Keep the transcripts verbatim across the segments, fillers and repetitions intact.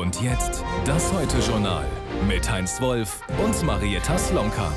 Und jetzt das Heute-Journal mit Heinz Wolf und Marietta Slomka.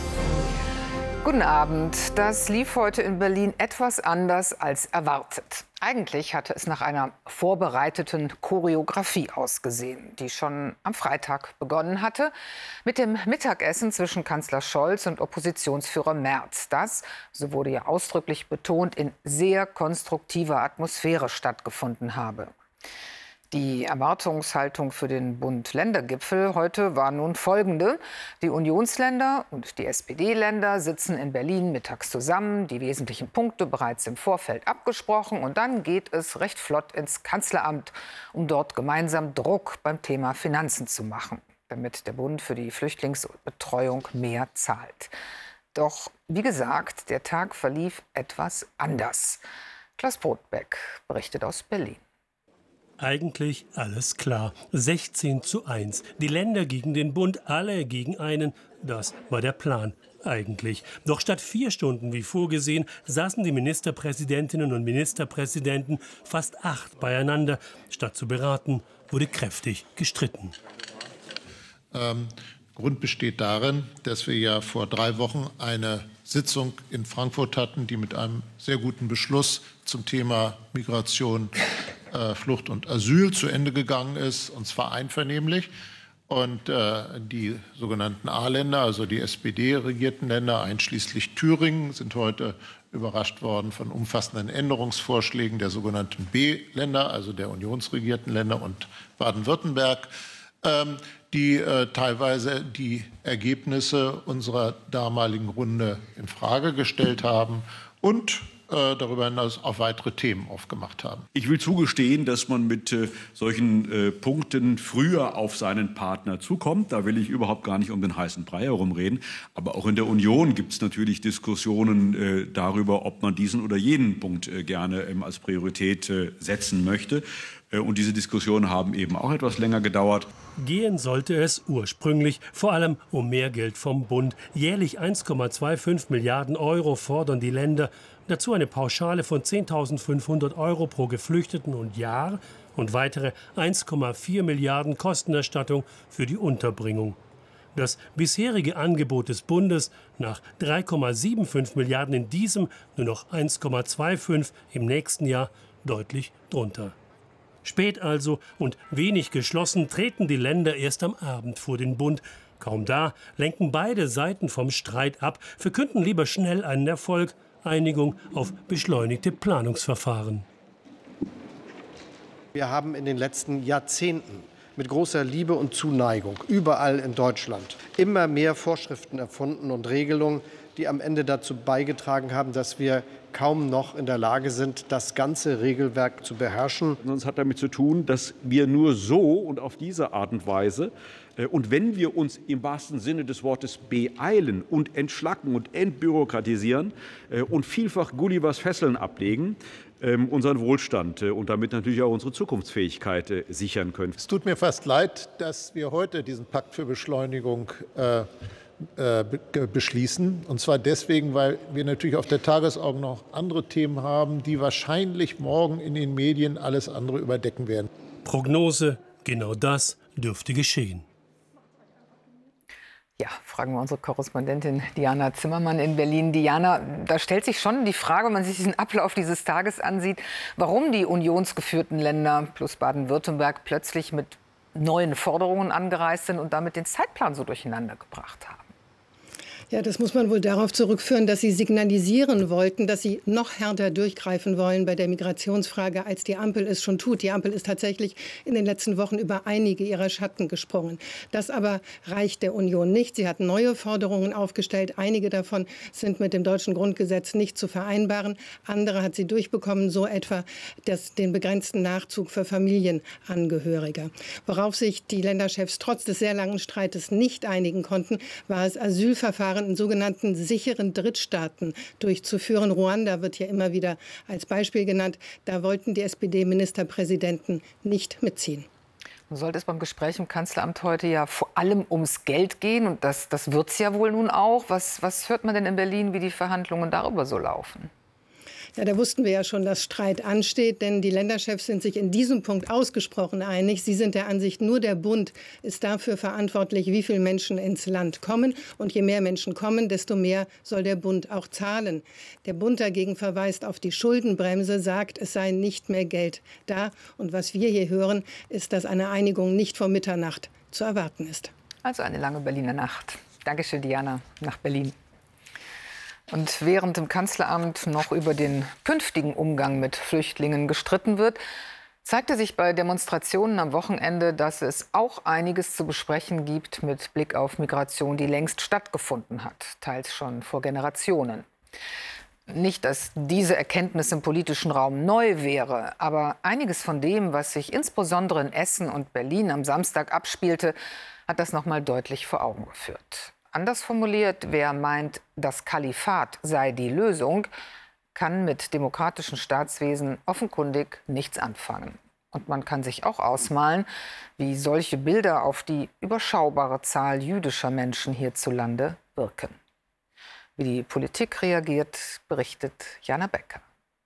Guten Abend. Das lief heute in Berlin etwas anders als erwartet. Eigentlich hatte es nach einer vorbereiteten Choreografie ausgesehen, die schon am Freitag begonnen hatte, mit dem Mittagessen zwischen Kanzler Scholz und Oppositionsführer Merz, das, so wurde ja ausdrücklich betont, in sehr konstruktiver Atmosphäre stattgefunden habe. Die Erwartungshaltung für den Bund-Länder-Gipfel heute war nun folgende. Die Unionsländer und die S P D-Länder sitzen in Berlin mittags zusammen, die wesentlichen Punkte bereits im Vorfeld abgesprochen. Und dann geht es recht flott ins Kanzleramt, um dort gemeinsam Druck beim Thema Finanzen zu machen, damit der Bund für die Flüchtlingsbetreuung mehr zahlt. Doch, wie gesagt, der Tag verlief etwas anders. Klaus Brotbeck berichtet aus Berlin. Eigentlich alles klar. sechzehn zu eins. Die Länder gegen den Bund, alle gegen einen. Das war der Plan. Eigentlich. Doch statt vier Stunden wie vorgesehen, saßen die Ministerpräsidentinnen und Ministerpräsidenten fast acht beieinander. Statt zu beraten, wurde kräftig gestritten. Ähm, Grund besteht darin, dass wir ja vor drei Wochen eine Sitzung in Frankfurt hatten, die mit einem sehr guten Beschluss zum Thema Migration, äh, Flucht und Asyl zu Ende gegangen ist, und zwar einvernehmlich. Und äh, die sogenannten A-Länder, also die S P D-regierten Länder, einschließlich Thüringen, sind heute überrascht worden von umfassenden Änderungsvorschlägen der sogenannten B-Länder, also der unionsregierten Länder und Baden-Württemberg, ähm, die äh, teilweise die Ergebnisse unserer damaligen Runde in Frage gestellt haben und äh, darüber hinaus auch weitere Themen aufgemacht haben. Ich will zugestehen, dass man mit äh, solchen äh, Punkten früher auf seinen Partner zukommt. Da will ich überhaupt gar nicht um den heißen Brei herumreden. Aber auch in der Union gibt es natürlich Diskussionen äh, darüber, ob man diesen oder jenen Punkt äh, gerne ähm, als Priorität äh, setzen möchte. Und diese Diskussionen haben eben auch etwas länger gedauert. Gehen sollte es ursprünglich vor allem um mehr Geld vom Bund. Jährlich eins Komma fünfundzwanzig Milliarden Euro fordern die Länder. Dazu eine Pauschale von zehntausendfünfhundert Euro pro Geflüchteten und Jahr und weitere eins Komma vier Milliarden Kostenerstattung für die Unterbringung. Das bisherige Angebot des Bundes nach drei Komma fünfundsiebzig Milliarden in diesem nur noch eins Komma fünfundzwanzig im nächsten Jahr deutlich drunter. Spät also und wenig geschlossen treten die Länder erst am Abend vor den Bund. Kaum da lenken beide Seiten vom Streit ab, verkünden lieber schnell einen Erfolg, Einigung auf beschleunigte Planungsverfahren. Wir haben in den letzten Jahrzehnten mit großer Liebe und Zuneigung überall in Deutschland immer mehr Vorschriften erfunden und Regelungen, die am Ende dazu beigetragen haben, dass wir kaum noch in der Lage sind, das ganze Regelwerk zu beherrschen. Das hat damit zu tun, dass wir nur so und auf diese Art und Weise und wenn wir uns im wahrsten Sinne des Wortes beeilen und entschlacken und entbürokratisieren und vielfach Gullivers Fesseln ablegen, unseren Wohlstand und damit natürlich auch unsere Zukunftsfähigkeit sichern können. Es tut mir fast leid, dass wir heute diesen Pakt für Beschleunigung äh, beschließen. Und zwar deswegen, weil wir natürlich auf der Tagesordnung noch andere Themen haben, die wahrscheinlich morgen in den Medien alles andere überdecken werden. Prognose, genau das dürfte geschehen. Ja, fragen wir unsere Korrespondentin Diana Zimmermann in Berlin. Diana, da stellt sich schon die Frage, wenn man sich diesen Ablauf dieses Tages ansieht, warum die unionsgeführten Länder plus Baden-Württemberg plötzlich mit neuen Forderungen angereist sind und damit den Zeitplan so durcheinander gebracht haben. Ja, das muss man wohl darauf zurückführen, dass sie signalisieren wollten, dass sie noch härter durchgreifen wollen bei der Migrationsfrage, als die Ampel es schon tut. Die Ampel ist tatsächlich in den letzten Wochen über einige ihrer Schatten gesprungen. Das aber reicht der Union nicht. Sie hat neue Forderungen aufgestellt. Einige davon sind mit dem deutschen Grundgesetz nicht zu vereinbaren. Andere hat sie durchbekommen, so etwa das, den begrenzten Nachzug für Familienangehörige. Worauf sich die Länderchefs trotz des sehr langen Streites nicht einigen konnten, war es Asylverfahren in sogenannten sicheren Drittstaaten durchzuführen. Ruanda wird hier immer wieder als Beispiel genannt. Da wollten die S P D-Ministerpräsidenten nicht mitziehen. Nun sollte es beim Gespräch im Kanzleramt heute ja vor allem ums Geld gehen. Und das, das wird es ja wohl nun auch. Was, was hört man denn in Berlin, wie die Verhandlungen darüber so laufen? Ja, da wussten wir ja schon, dass Streit ansteht, denn die Länderchefs sind sich in diesem Punkt ausgesprochen einig. Sie sind der Ansicht, nur der Bund ist dafür verantwortlich, wie viele Menschen ins Land kommen. Und je mehr Menschen kommen, desto mehr soll der Bund auch zahlen. Der Bund dagegen verweist auf die Schuldenbremse, sagt, es sei nicht mehr Geld da. Und was wir hier hören, ist, dass eine Einigung nicht vor Mitternacht zu erwarten ist. Also eine lange Berliner Nacht. Dankeschön, Diana, nach Berlin. Und während im Kanzleramt noch über den künftigen Umgang mit Flüchtlingen gestritten wird, zeigte sich bei Demonstrationen am Wochenende, dass es auch einiges zu besprechen gibt mit Blick auf Migration, die längst stattgefunden hat, teils schon vor Generationen. Nicht, dass diese Erkenntnis im politischen Raum neu wäre, aber einiges von dem, was sich insbesondere in Essen und Berlin am Samstag abspielte, hat das noch mal deutlich vor Augen geführt. Anders formuliert, wer meint, das Kalifat sei die Lösung, kann mit demokratischen Staatswesen offenkundig nichts anfangen. Und man kann sich auch ausmalen, wie solche Bilder auf die überschaubare Zahl jüdischer Menschen hierzulande wirken. Wie die Politik reagiert, berichtet Jana Becker.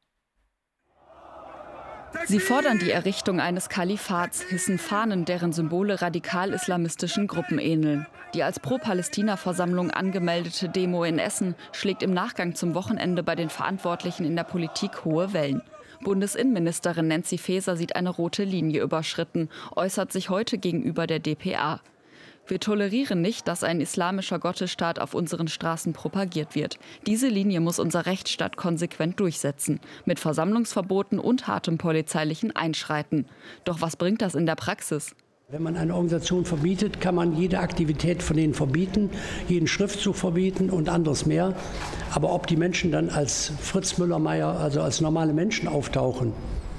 Sie fordern die Errichtung eines Kalifats, hissen Fahnen, deren Symbole radikal-islamistischen Gruppen ähneln. Die als Pro-Palästina-Versammlung angemeldete Demo in Essen schlägt im Nachgang zum Wochenende bei den Verantwortlichen in der Politik hohe Wellen. Bundesinnenministerin Nancy Faeser sieht eine rote Linie überschritten, äußert sich heute gegenüber der D P A. Wir tolerieren nicht, dass ein islamischer Gottesstaat auf unseren Straßen propagiert wird. Diese Linie muss unser Rechtsstaat konsequent durchsetzen, mit Versammlungsverboten und hartem polizeilichen Einschreiten. Doch was bringt das in der Praxis? Wenn man eine Organisation verbietet, kann man jede Aktivität von denen verbieten, jeden Schriftzug verbieten und anderes mehr. Aber ob die Menschen dann als Fritz Müller-Meyer, also als normale Menschen auftauchen,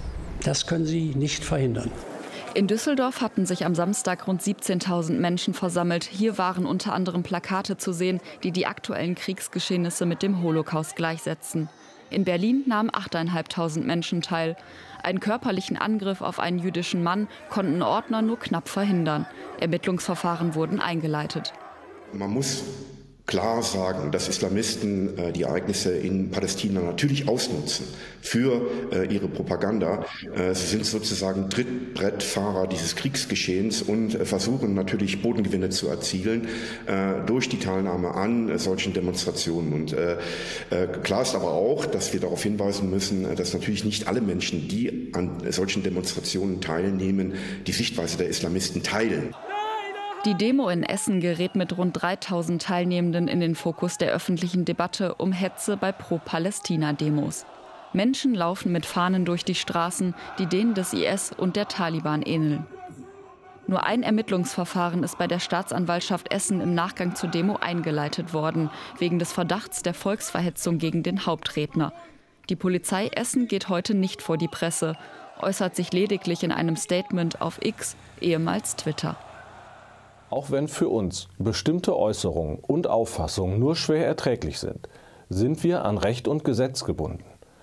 das können sie nicht verhindern. In Düsseldorf hatten sich am Samstag rund siebzehntausend Menschen versammelt. Hier waren unter anderem Plakate zu sehen, die die aktuellen Kriegsgeschehnisse mit dem Holocaust gleichsetzen. In Berlin nahmen achttausendfünfhundert Menschen teil. Einen körperlichen Angriff auf einen jüdischen Mann konnten Ordner nur knapp verhindern. Ermittlungsverfahren wurden eingeleitet. Man muss klar sagen, dass Islamisten äh, die Ereignisse in Palästina natürlich ausnutzen für äh, ihre Propaganda. Äh, sie sind sozusagen Trittbrettfahrer dieses Kriegsgeschehens und äh, versuchen natürlich Bodengewinne zu erzielen äh, durch die Teilnahme an äh, solchen Demonstrationen. Und äh, äh, klar ist aber auch, dass wir darauf hinweisen müssen, äh, dass natürlich nicht alle Menschen, die an äh, solchen Demonstrationen teilnehmen, die Sichtweise der Islamisten teilen. Die Demo in Essen gerät mit rund dreitausend Teilnehmenden in den Fokus der öffentlichen Debatte um Hetze bei Pro-Palästina-Demos. Menschen laufen mit Fahnen durch die Straßen, die denen des I S und der Taliban ähneln. Nur ein Ermittlungsverfahren ist bei der Staatsanwaltschaft Essen im Nachgang zur Demo eingeleitet worden, wegen des Verdachts der Volksverhetzung gegen den Hauptredner. Die Polizei Essen geht heute nicht vor die Presse, äußert sich lediglich in einem Statement auf X, ehemals Twitter. Auch wenn für uns bestimmte Äußerungen und Auffassungen nur schwer erträglich sind, sind wir an Recht und Gesetz gebunden.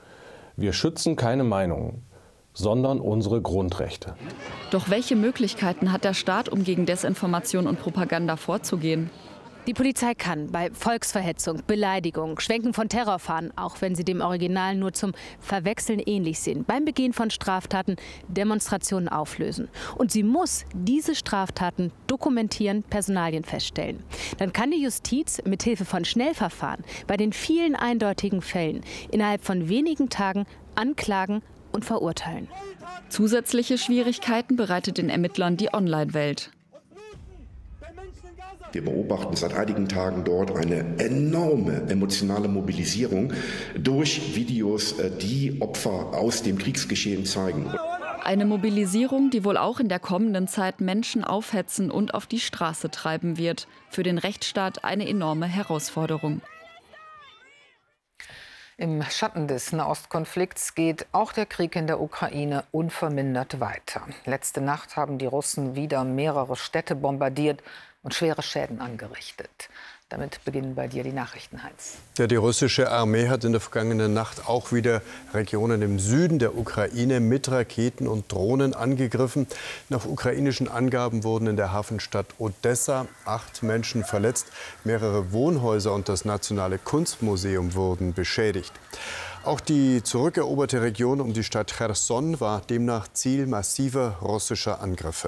Wir schützen keine Meinungen, sondern unsere Grundrechte. Doch welche Möglichkeiten hat der Staat, um gegen Desinformation und Propaganda vorzugehen? Die Polizei kann bei Volksverhetzung, Beleidigung, Schwenken von Terrorfahnen, auch wenn sie dem Original nur zum Verwechseln ähnlich sind, beim Begehen von Straftaten Demonstrationen auflösen. Und sie muss diese Straftaten dokumentieren, Personalien feststellen. Dann kann die Justiz mithilfe von Schnellverfahren bei den vielen eindeutigen Fällen innerhalb von wenigen Tagen anklagen und verurteilen. Zusätzliche Schwierigkeiten bereitet den Ermittlern die Online-Welt. Wir beobachten seit einigen Tagen dort eine enorme emotionale Mobilisierung durch Videos, die Opfer aus dem Kriegsgeschehen zeigen. Eine Mobilisierung, die wohl auch in der kommenden Zeit Menschen aufhetzen und auf die Straße treiben wird. Für den Rechtsstaat eine enorme Herausforderung. Im Schatten des Nahostkonflikts geht auch der Krieg in der Ukraine unvermindert weiter. Letzte Nacht haben die Russen wieder mehrere Städte bombardiert und schwere Schäden angerichtet. Damit beginnen bei dir die Nachrichten, Heinz. Ja, die russische Armee hat in der vergangenen Nacht auch wieder Regionen im Süden der Ukraine mit Raketen und Drohnen angegriffen. Nach ukrainischen Angaben wurden in der Hafenstadt Odessa acht Menschen verletzt. Mehrere Wohnhäuser und das Nationale Kunstmuseum wurden beschädigt. Auch die zurückeroberte Region um die Stadt Cherson war demnach Ziel massiver russischer Angriffe.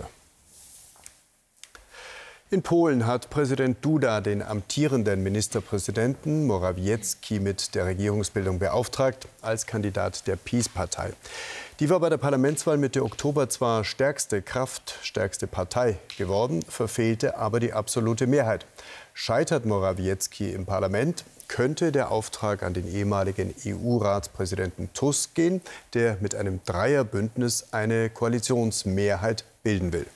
In Polen hat Präsident Duda den amtierenden Ministerpräsidenten Morawiecki mit der Regierungsbildung beauftragt, als Kandidat der PiS-Partei. Die war bei der Parlamentswahl Mitte Oktober zwar stärkste Kraft, stärkste Partei geworden, verfehlte aber die absolute Mehrheit. Scheitert Morawiecki im Parlament, könnte der Auftrag an den ehemaligen E U-Ratspräsidenten Tusk gehen, der mit einem Dreierbündnis eine Koalitionsmehrheit bilden will.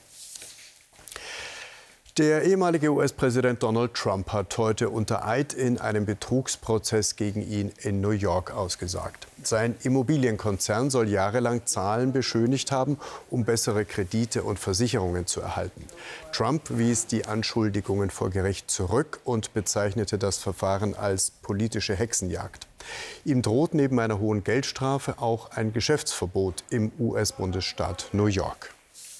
Der ehemalige U S-Präsident Donald Trump hat heute unter Eid in einem Betrugsprozess gegen ihn in New York ausgesagt. Sein Immobilienkonzern soll jahrelang Zahlen beschönigt haben, um bessere Kredite und Versicherungen zu erhalten. Trump wies die Anschuldigungen vor Gericht zurück und bezeichnete das Verfahren als politische Hexenjagd. Ihm droht neben einer hohen Geldstrafe auch ein Geschäftsverbot im U S-Bundesstaat New York.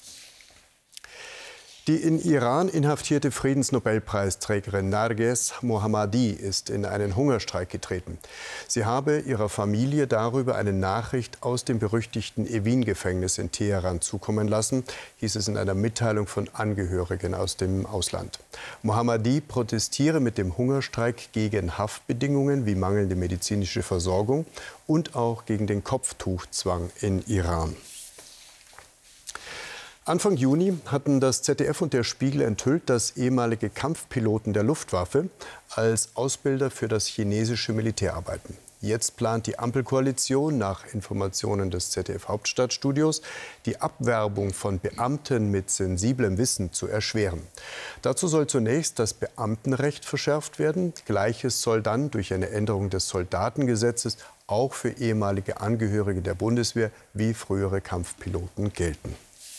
Die in Iran inhaftierte Friedensnobelpreisträgerin Narges Mohammadi ist in einen Hungerstreik getreten. Sie habe ihrer Familie darüber eine Nachricht aus dem berüchtigten Evin-Gefängnis in Teheran zukommen lassen, hieß es in einer Mitteilung von Angehörigen aus dem Ausland. Mohammadi protestiere mit dem Hungerstreik gegen Haftbedingungen wie mangelnde medizinische Versorgung und auch gegen den Kopftuchzwang in Iran. Anfang Juni hatten das Z D F und der Spiegel enthüllt, dass ehemalige Kampfpiloten der Luftwaffe als Ausbilder für das chinesische Militär arbeiten. Jetzt plant die Ampelkoalition nach Informationen des Z D F-Hauptstadtstudios, die Abwerbung von Beamten mit sensiblem Wissen zu erschweren. Dazu soll zunächst das Beamtenrecht verschärft werden. Gleiches soll dann durch eine Änderung des Soldatengesetzes auch für ehemalige Angehörige der Bundeswehr wie frühere Kampfpiloten gelten.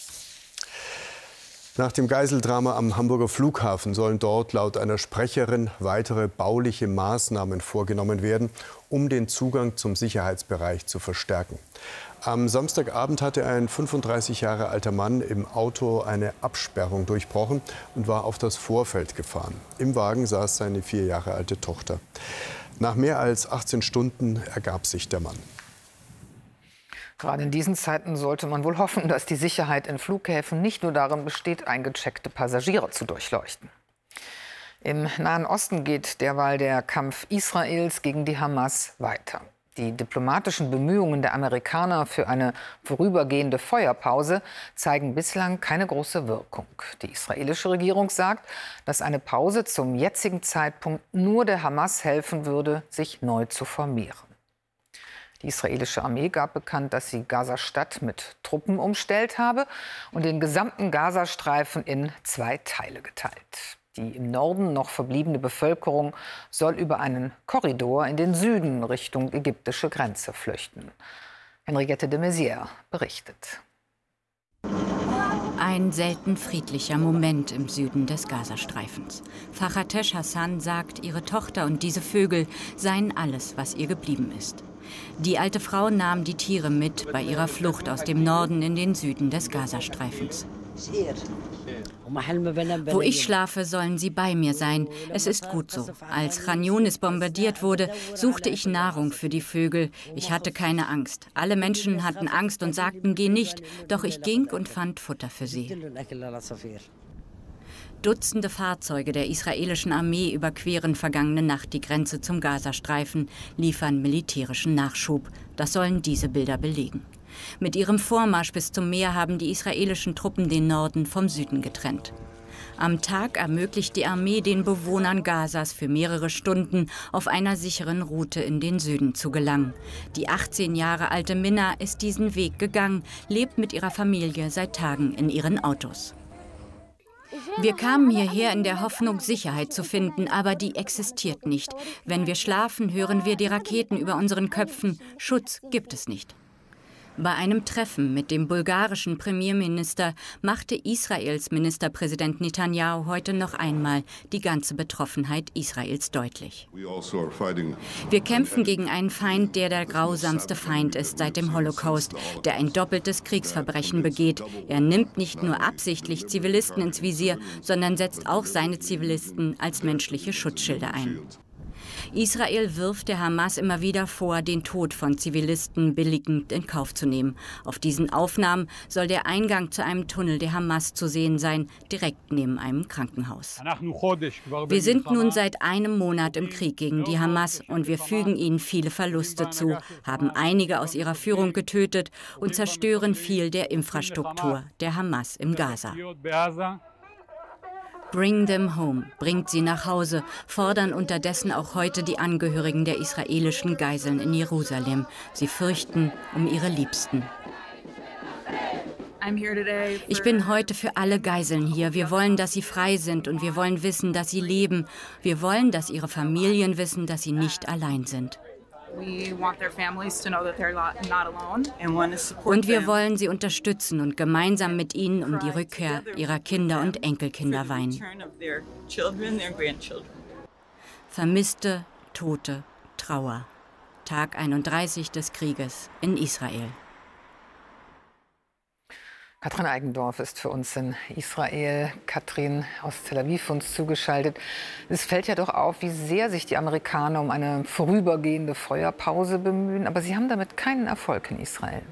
Nach dem Geiseldrama am Hamburger Flughafen sollen dort laut einer Sprecherin weitere bauliche Maßnahmen vorgenommen werden, um den Zugang zum Sicherheitsbereich zu verstärken. Am Samstagabend hatte ein fünfunddreißig Jahre alter Mann im Auto eine Absperrung durchbrochen und war auf das Vorfeld gefahren. Im Wagen saß seine vier Jahre alte Tochter. Nach mehr als achtzehn Stunden ergab sich der Mann. Gerade in diesen Zeiten sollte man wohl hoffen, dass die Sicherheit in Flughäfen nicht nur darin besteht, eingecheckte Passagiere zu durchleuchten. Im Nahen Osten geht derweil der Kampf Israels gegen die Hamas weiter. Die diplomatischen Bemühungen der Amerikaner für eine vorübergehende Feuerpause zeigen bislang keine große Wirkung. Die israelische Regierung sagt, dass eine Pause zum jetzigen Zeitpunkt nur der Hamas helfen würde, sich neu zu formieren. Die israelische Armee gab bekannt, dass sie Gaza-Stadt mit Truppen umstellt habe und den gesamten Gazastreifen in zwei Teile geteilt. Die im Norden noch verbliebene Bevölkerung soll über einen Korridor in den Süden Richtung ägyptische Grenze flüchten. Henriette de Maizière berichtet. Ein selten friedlicher Moment im Süden des Gazastreifens. Faratesh Hassan sagt, ihre Tochter und diese Vögel seien alles, was ihr geblieben ist. Die alte Frau nahm die Tiere mit bei ihrer Flucht aus dem Norden in den Süden des Gazastreifens. Wo ich schlafe, sollen sie bei mir sein. Es ist gut so. Als Khan Yunis bombardiert wurde, suchte ich Nahrung für die Vögel. Ich hatte keine Angst. Alle Menschen hatten Angst und sagten, geh nicht. Doch ich ging und fand Futter für sie. Dutzende Fahrzeuge der israelischen Armee überqueren vergangene Nacht die Grenze zum Gazastreifen, liefern militärischen Nachschub. Das sollen diese Bilder belegen. Mit ihrem Vormarsch bis zum Meer haben die israelischen Truppen den Norden vom Süden getrennt. Am Tag ermöglicht die Armee den Bewohnern Gazas für mehrere Stunden auf einer sicheren Route in den Süden zu gelangen. Die achtzehn Jahre alte Minna ist diesen Weg gegangen, lebt mit ihrer Familie seit Tagen in ihren Autos. Wir kamen hierher in der Hoffnung, Sicherheit zu finden, aber die existiert nicht. Wenn wir schlafen, hören wir die Raketen über unseren Köpfen. Schutz gibt es nicht. Bei einem Treffen mit dem bulgarischen Premierminister machte Israels Ministerpräsident Netanyahu heute noch einmal die ganze Betroffenheit Israels deutlich. Wir kämpfen gegen einen Feind, der der grausamste Feind ist seit dem Holocaust, der ein doppeltes Kriegsverbrechen begeht. Er nimmt nicht nur absichtlich Zivilisten ins Visier, sondern setzt auch seine Zivilisten als menschliche Schutzschilde ein. Israel wirft der Hamas immer wieder vor, den Tod von Zivilisten billigend in Kauf zu nehmen. Auf diesen Aufnahmen soll der Eingang zu einem Tunnel der Hamas zu sehen sein, direkt neben einem Krankenhaus. Wir sind nun seit einem Monat im Krieg gegen die Hamas und wir fügen ihnen viele Verluste zu, haben einige aus ihrer Führung getötet und zerstören viel der Infrastruktur der Hamas im Gaza. Bring them home, bringt sie nach Hause, fordern unterdessen auch heute die Angehörigen der israelischen Geiseln in Jerusalem. Sie fürchten um ihre Liebsten. Ich bin heute für alle Geiseln hier. Wir wollen, dass sie frei sind und wir wollen wissen, dass sie leben. Wir wollen, dass ihre Familien wissen, dass sie nicht allein sind. Und wir wollen sie unterstützen und gemeinsam mit ihnen um die Rückkehr ihrer Kinder und Enkelkinder weinen. Vermisste, Tote, Trauer. Tag einunddreißig des Krieges in Israel. Katrin Eigendorf ist für uns in Israel. Katrin aus Tel Aviv uns zugeschaltet. Es fällt ja doch auf, wie sehr sich die Amerikaner um eine vorübergehende Feuerpause bemühen. Aber sie haben damit keinen Erfolg in Israel.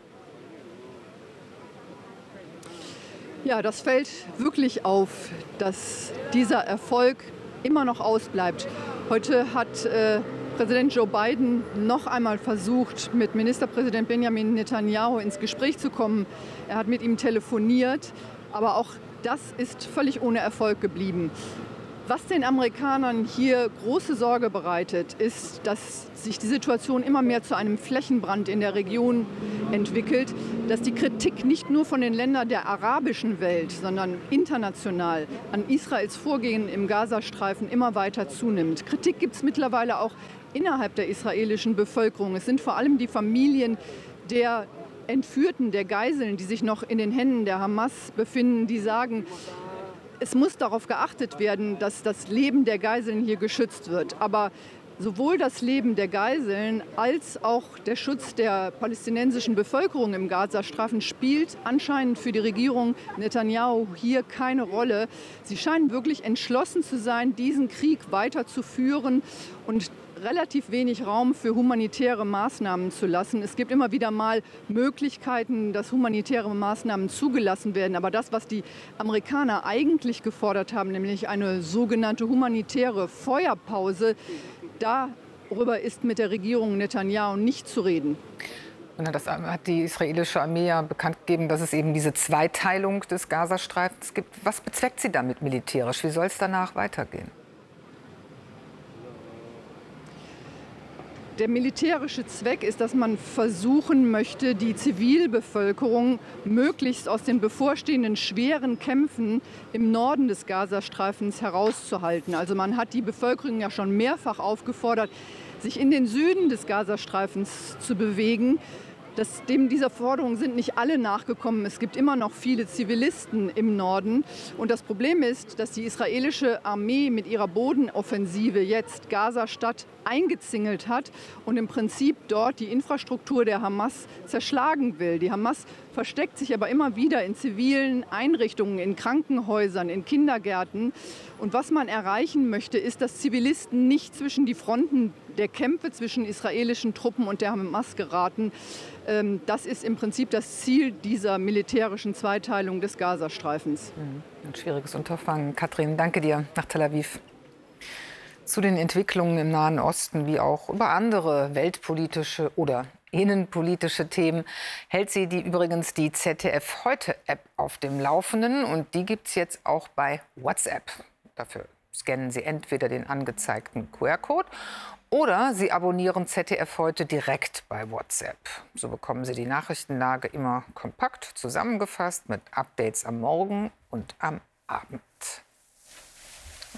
Ja, das fällt wirklich auf, dass dieser Erfolg immer noch ausbleibt. Heute hat äh, Präsident Joe Biden noch einmal versucht, mit Ministerpräsident Benjamin Netanyahu ins Gespräch zu kommen. Er hat mit ihm telefoniert, aber auch das ist völlig ohne Erfolg geblieben. Was den Amerikanern hier große Sorge bereitet, ist, dass sich die Situation immer mehr zu einem Flächenbrand in der Region entwickelt, dass die Kritik nicht nur von den Ländern der arabischen Welt, sondern international an Israels Vorgehen im Gazastreifen immer weiter zunimmt. Kritik gibt es mittlerweile auch innerhalb der israelischen Bevölkerung. Es sind vor allem die Familien der Entführten, der Geiseln, die sich noch in den Händen der Hamas befinden, die sagen, es muss darauf geachtet werden, dass das Leben der Geiseln hier geschützt wird. Aber sowohl das Leben der Geiseln als auch der Schutz der palästinensischen Bevölkerung im Gazastreifen spielt anscheinend für die Regierung Netanyahu hier keine Rolle. Sie scheinen wirklich entschlossen zu sein, diesen Krieg weiterzuführen und relativ wenig Raum für humanitäre Maßnahmen zu lassen. Es gibt immer wieder mal Möglichkeiten, dass humanitäre Maßnahmen zugelassen werden. Aber das, was die Amerikaner eigentlich gefordert haben, nämlich eine sogenannte humanitäre Feuerpause, darüber ist mit der Regierung Netanyahu nicht zu reden. Das hat die israelische Armee ja bekannt gegeben, dass es eben diese Zweiteilung des Gazastreifens gibt. Was bezweckt sie damit militärisch? Wie soll es danach weitergehen? Der militärische Zweck ist, dass man versuchen möchte, die Zivilbevölkerung möglichst aus den bevorstehenden schweren Kämpfen im Norden des Gazastreifens herauszuhalten. Also man hat die Bevölkerung ja schon mehrfach aufgefordert, sich in den Süden des Gazastreifens zu bewegen. Das, dem dieser Forderung sind nicht alle nachgekommen. Es gibt immer noch viele Zivilisten im Norden. Und das Problem ist, dass die israelische Armee mit ihrer Bodenoffensive jetzt Gaza-Stadt eingezingelt hat und im Prinzip dort die Infrastruktur der Hamas zerschlagen will. Die Hamas versteckt sich aber immer wieder in zivilen Einrichtungen, in Krankenhäusern, in Kindergärten. Und was man erreichen möchte, ist, dass Zivilisten nicht zwischen die Fronten der Kämpfe zwischen israelischen Truppen und der Hamas geraten. Das ist im Prinzip das Ziel dieser militärischen Zweiteilung des Gazastreifens. Ein schwieriges Unterfangen. Katrin, danke dir nach Tel Aviv. Zu den Entwicklungen im Nahen Osten wie auch über andere weltpolitische oder innenpolitische Themen hält sie die übrigens die Z D F-Heute-App auf dem Laufenden. Und die gibt es jetzt auch bei WhatsApp. Dafür scannen Sie entweder den angezeigten Q R-Code oder Sie abonnieren Z D F Heute direkt bei WhatsApp. So bekommen Sie die Nachrichtenlage immer kompakt zusammengefasst mit Updates am Morgen und am Abend.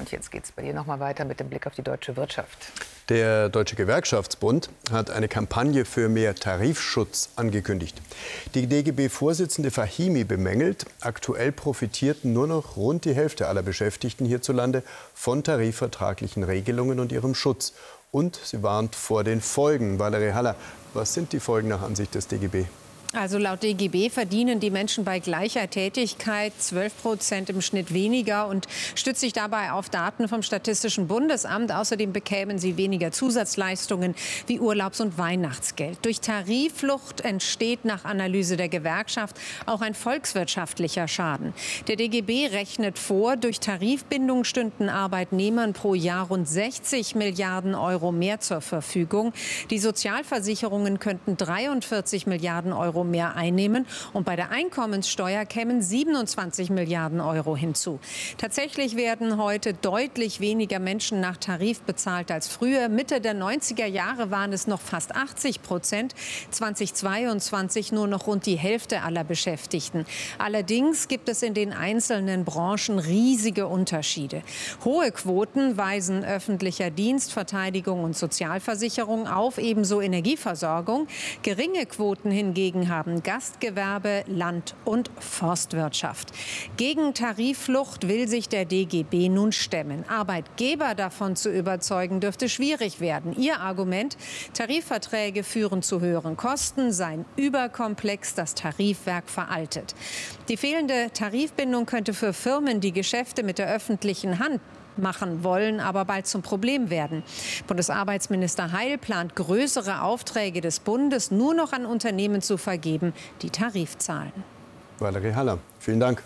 Und jetzt geht es bei dir noch mal weiter mit dem Blick auf die deutsche Wirtschaft. Der Deutsche Gewerkschaftsbund hat eine Kampagne für mehr Tarifschutz angekündigt. Die D G B-Vorsitzende Fahimi bemängelt, aktuell profitierten nur noch rund die Hälfte aller Beschäftigten hierzulande von tarifvertraglichen Regelungen und ihrem Schutz. Und sie warnt vor den Folgen. Valerie Haller, was sind die Folgen nach Ansicht des D G B? Also laut D G B verdienen die Menschen bei gleicher Tätigkeit zwölf Prozent im Schnitt weniger und stützt sich dabei auf Daten vom Statistischen Bundesamt. Außerdem bekämen sie weniger Zusatzleistungen wie Urlaubs- und Weihnachtsgeld. Durch Tarifflucht entsteht nach Analyse der Gewerkschaft auch ein volkswirtschaftlicher Schaden. Der D G B rechnet vor, durch Tarifbindung stünden Arbeitnehmern pro Jahr rund sechzig Milliarden Euro mehr zur Verfügung. Die Sozialversicherungen könnten dreiundvierzig Milliarden Euro mehr einnehmen und bei der Einkommenssteuer kämen siebenundzwanzig Milliarden Euro hinzu. Tatsächlich werden heute deutlich weniger Menschen nach Tarif bezahlt als früher. Mitte der neunziger Jahre waren es noch fast achtzig Prozent, zweitausendzweiundzwanzig nur noch rund die Hälfte aller Beschäftigten. Allerdings gibt es in den einzelnen Branchen riesige Unterschiede. Hohe Quoten weisen öffentlicher Dienst, Verteidigung und Sozialversicherung auf, ebenso Energieversorgung. Geringe Quoten hingegen haben Gastgewerbe, Land- und Forstwirtschaft. Gegen Tarifflucht will sich der D G B nun stemmen. Arbeitgeber davon zu überzeugen, dürfte schwierig werden. Ihr Argument: Tarifverträge führen zu höheren Kosten, seien überkomplex, das Tarifwerk veraltet. Die fehlende Tarifbindung könnte für Firmen, die Geschäfte mit der öffentlichen Hand machen wollen, aber bald zum Problem werden. Bundesarbeitsminister Heil plant, größere Aufträge des Bundes nur noch an Unternehmen zu vergeben, die Tarif zahlen. Valerie Haller, vielen Dank.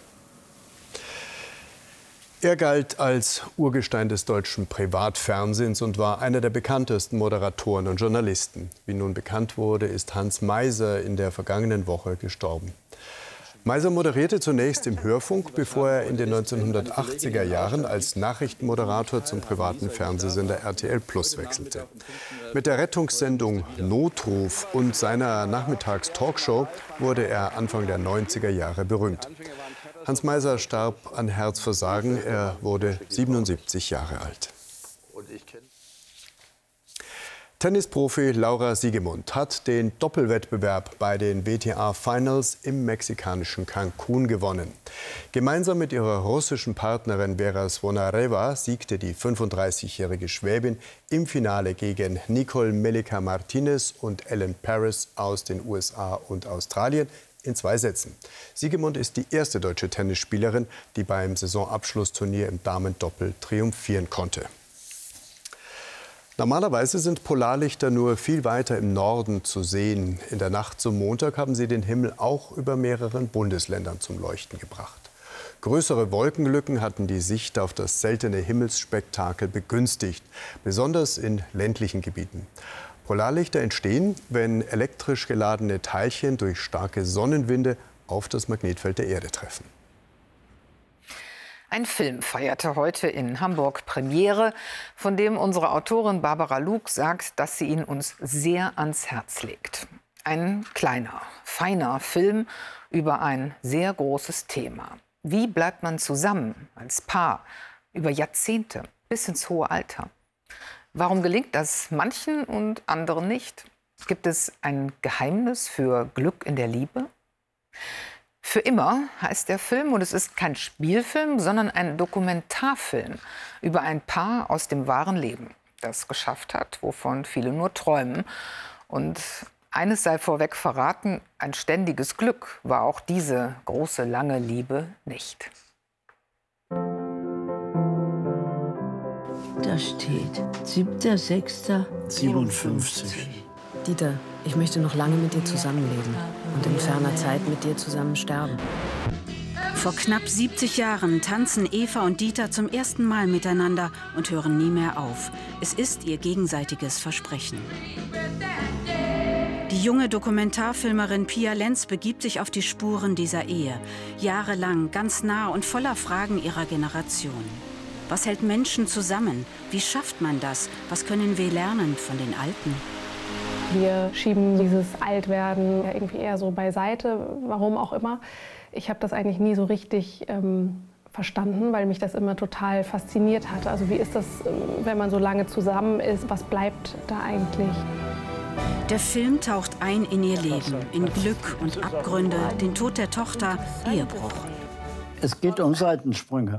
Er galt als Urgestein des deutschen Privatfernsehens und war einer der bekanntesten Moderatoren und Journalisten. Wie nun bekannt wurde, ist Hans Meiser in der vergangenen Woche gestorben. Meiser moderierte zunächst im Hörfunk, bevor er in den neunzehnhundertachtziger Jahren als Nachrichtenmoderator zum privaten Fernsehsender R T L Plus wechselte. Mit der Rettungssendung Notruf und seiner Nachmittags-Talkshow wurde er Anfang der neunziger Jahre berühmt. Hans Meiser starb an Herzversagen. Er wurde siebenundsiebzig Jahre alt. Tennisprofi Laura Siegemund hat den Doppelwettbewerb bei den W T A Finals im mexikanischen Cancun gewonnen. Gemeinsam mit ihrer russischen Partnerin Vera Zvonareva siegte die fünfunddreißigjährige Schwäbin im Finale gegen Nicole Melika Martinez und Ellen Paris aus den U S A und Australien in zwei Sätzen. Siegemund ist die erste deutsche Tennisspielerin, die beim Saisonabschlussturnier im Damendoppel triumphieren konnte. Normalerweise sind Polarlichter nur viel weiter im Norden zu sehen. In der Nacht zum Montag haben sie den Himmel auch über mehreren Bundesländern zum Leuchten gebracht. Größere Wolkenlücken hatten die Sicht auf das seltene Himmelsspektakel begünstigt, besonders in ländlichen Gebieten. Polarlichter entstehen, wenn elektrisch geladene Teilchen durch starke Sonnenwinde auf das Magnetfeld der Erde treffen. Ein Film feierte heute in Hamburg Premiere, von dem unsere Autorin Barbara Luke sagt, dass sie ihn uns sehr ans Herz legt. Ein kleiner, feiner Film über ein sehr großes Thema. Wie bleibt man zusammen als Paar über Jahrzehnte bis ins hohe Alter? Warum gelingt das manchen und anderen nicht? Gibt es ein Geheimnis für Glück in der Liebe? Für immer heißt der Film, und es ist kein Spielfilm, sondern ein Dokumentarfilm über ein Paar aus dem wahren Leben, das geschafft hat, wovon viele nur träumen. Und eines sei vorweg verraten, ein ständiges Glück war auch diese große, lange Liebe nicht. Da steht siebter sechster siebenundfünfzig. Dieter, ich möchte noch lange mit dir zusammenleben und in ferner Zeit mit dir zusammen sterben. Vor knapp siebzig Jahren tanzen Eva und Dieter zum ersten Mal miteinander und hören nie mehr auf. Es ist ihr gegenseitiges Versprechen. Die junge Dokumentarfilmerin Pia Lenz begibt sich auf die Spuren dieser Ehe. Jahrelang, ganz nah und voller Fragen ihrer Generation. Was hält Menschen zusammen? Wie schafft man das? Was können wir lernen von den Alten? Wir schieben dieses Altwerden ja irgendwie eher so beiseite, warum auch immer. Ich habe das eigentlich nie so richtig ähm, verstanden, weil mich das immer total fasziniert hat. Also wie ist das, wenn man so lange zusammen ist? Was bleibt da eigentlich? Der Film taucht ein in ihr Leben, in Glück und Abgründe, den Tod der Tochter, Ehebruch. Es geht um Seitensprünge.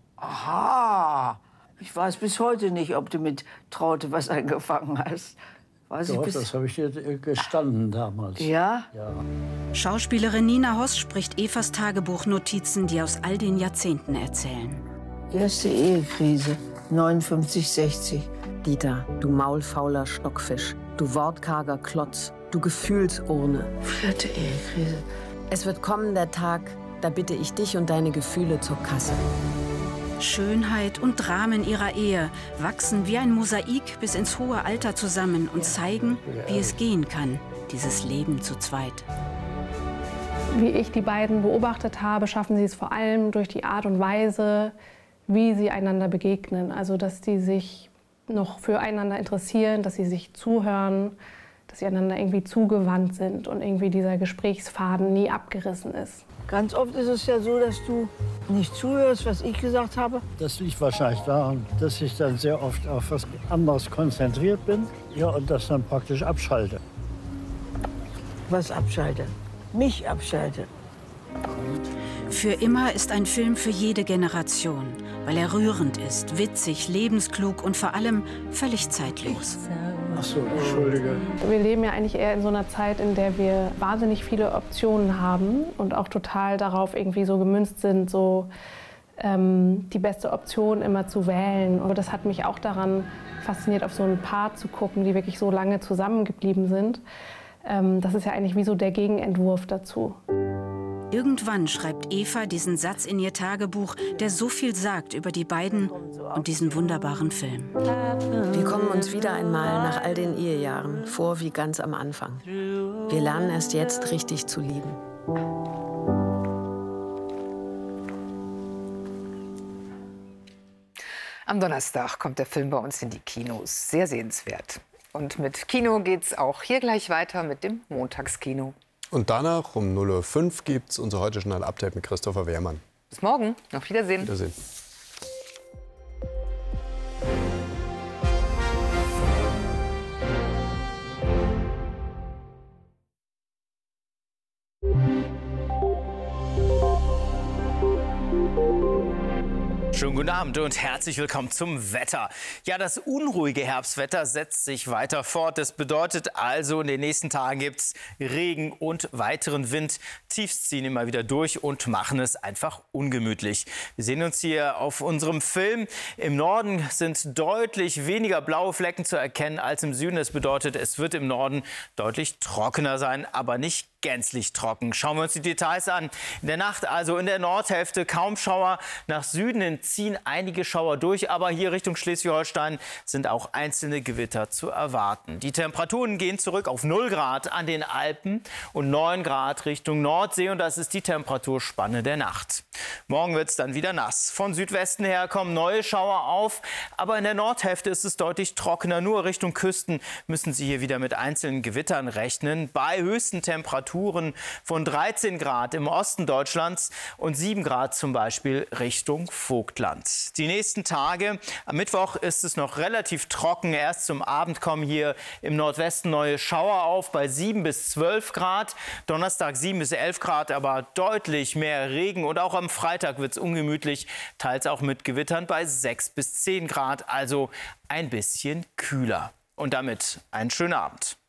Aha! Ich weiß bis heute nicht, ob du mit Traute was angefangen hast. Weiß Doch, ich bis das habe ich dir gestanden damals. Ja? Ja. Schauspielerin Nina Hoss spricht Evas Tagebuchnotizen, die aus all den Jahrzehnten erzählen. Erste Ehekrise, neunundfünfzig sechzig. Dieter, du maulfauler Stockfisch, du wortkarger Klotz, du Gefühlsurne. Vierte Ehekrise. Es wird kommen der Tag, da bitte ich dich und deine Gefühle zur Kasse. Schönheit und Dramen ihrer Ehe wachsen wie ein Mosaik bis ins hohe Alter zusammen und zeigen, wie es gehen kann, dieses Leben zu zweit. Wie ich die beiden beobachtet habe, schaffen sie es vor allem durch die Art und Weise, wie sie einander begegnen. Also dass die sich noch füreinander interessieren, dass sie sich zuhören, dass sie einander irgendwie zugewandt sind und irgendwie dieser Gesprächsfaden nie abgerissen ist. Ganz oft ist es ja so, dass du nicht zuhörst, was ich gesagt habe. Das liegt wahrscheinlich daran, dass ich dann sehr oft auf was anderes konzentriert bin, ja, und das dann praktisch abschalte. Was abschalte? Mich abschalte. Für immer ist ein Film für jede Generation, weil er rührend ist, witzig, lebensklug und vor allem völlig zeitlos. Ach so, Entschuldige. Wir leben ja eigentlich eher in so einer Zeit, in der wir wahnsinnig viele Optionen haben und auch total darauf irgendwie so gemünzt sind, so ähm, die beste Option immer zu wählen. Aber das hat mich auch daran fasziniert, auf so ein Paar zu gucken, die wirklich so lange zusammengeblieben sind. Ähm, das ist ja eigentlich wie so der Gegenentwurf dazu. Irgendwann schreibt Eva diesen Satz in ihr Tagebuch, der so viel sagt über die beiden und diesen wunderbaren Film. Wir kommen uns wieder einmal nach all den Ehejahren vor wie ganz am Anfang. Wir lernen erst jetzt richtig zu lieben. Am Donnerstag kommt der Film bei uns in die Kinos. Sehr sehenswert. Und mit Kino geht's auch hier gleich weiter mit dem Montagskino. Und danach um null Uhr fünf gibt es unser heute Journal Update mit Christopher Wehrmann. Bis morgen. Auf Wiedersehen. Wiedersehen. Schönen guten Abend und herzlich willkommen zum Wetter. Ja, das unruhige Herbstwetter setzt sich weiter fort. Das bedeutet also, in den nächsten Tagen gibt es Regen und weiteren Wind. Tiefs ziehen immer wieder durch und machen es einfach ungemütlich. Wir sehen uns hier auf unserem Film. Im Norden sind deutlich weniger blaue Flecken zu erkennen als im Süden. Das bedeutet, es wird im Norden deutlich trockener sein, aber nicht gänzlich trocken. Schauen wir uns die Details an. In der Nacht also in der Nordhälfte kaum Schauer. Nach Süden hin ziehen einige Schauer durch, aber hier Richtung Schleswig-Holstein sind auch einzelne Gewitter zu erwarten. Die Temperaturen gehen zurück auf null Grad an den Alpen und neun Grad Richtung Nordsee und das ist die Temperaturspanne der Nacht. Morgen wird es dann wieder nass. Von Südwesten her kommen neue Schauer auf, aber in der Nordhälfte ist es deutlich trockener. Nur Richtung Küsten müssen Sie hier wieder mit einzelnen Gewittern rechnen. Bei höchsten Temperaturen von dreizehn Grad im Osten Deutschlands und sieben Grad zum Beispiel Richtung Vogtland. Die nächsten Tage, am Mittwoch ist es noch relativ trocken. Erst zum Abend kommen hier im Nordwesten neue Schauer auf bei sieben bis zwölf Grad. Donnerstag sieben bis elf Grad, aber deutlich mehr Regen. Und auch am Freitag wird es ungemütlich, teils auch mit Gewittern bei sechs bis zehn Grad, also ein bisschen kühler. Und damit einen schönen Abend.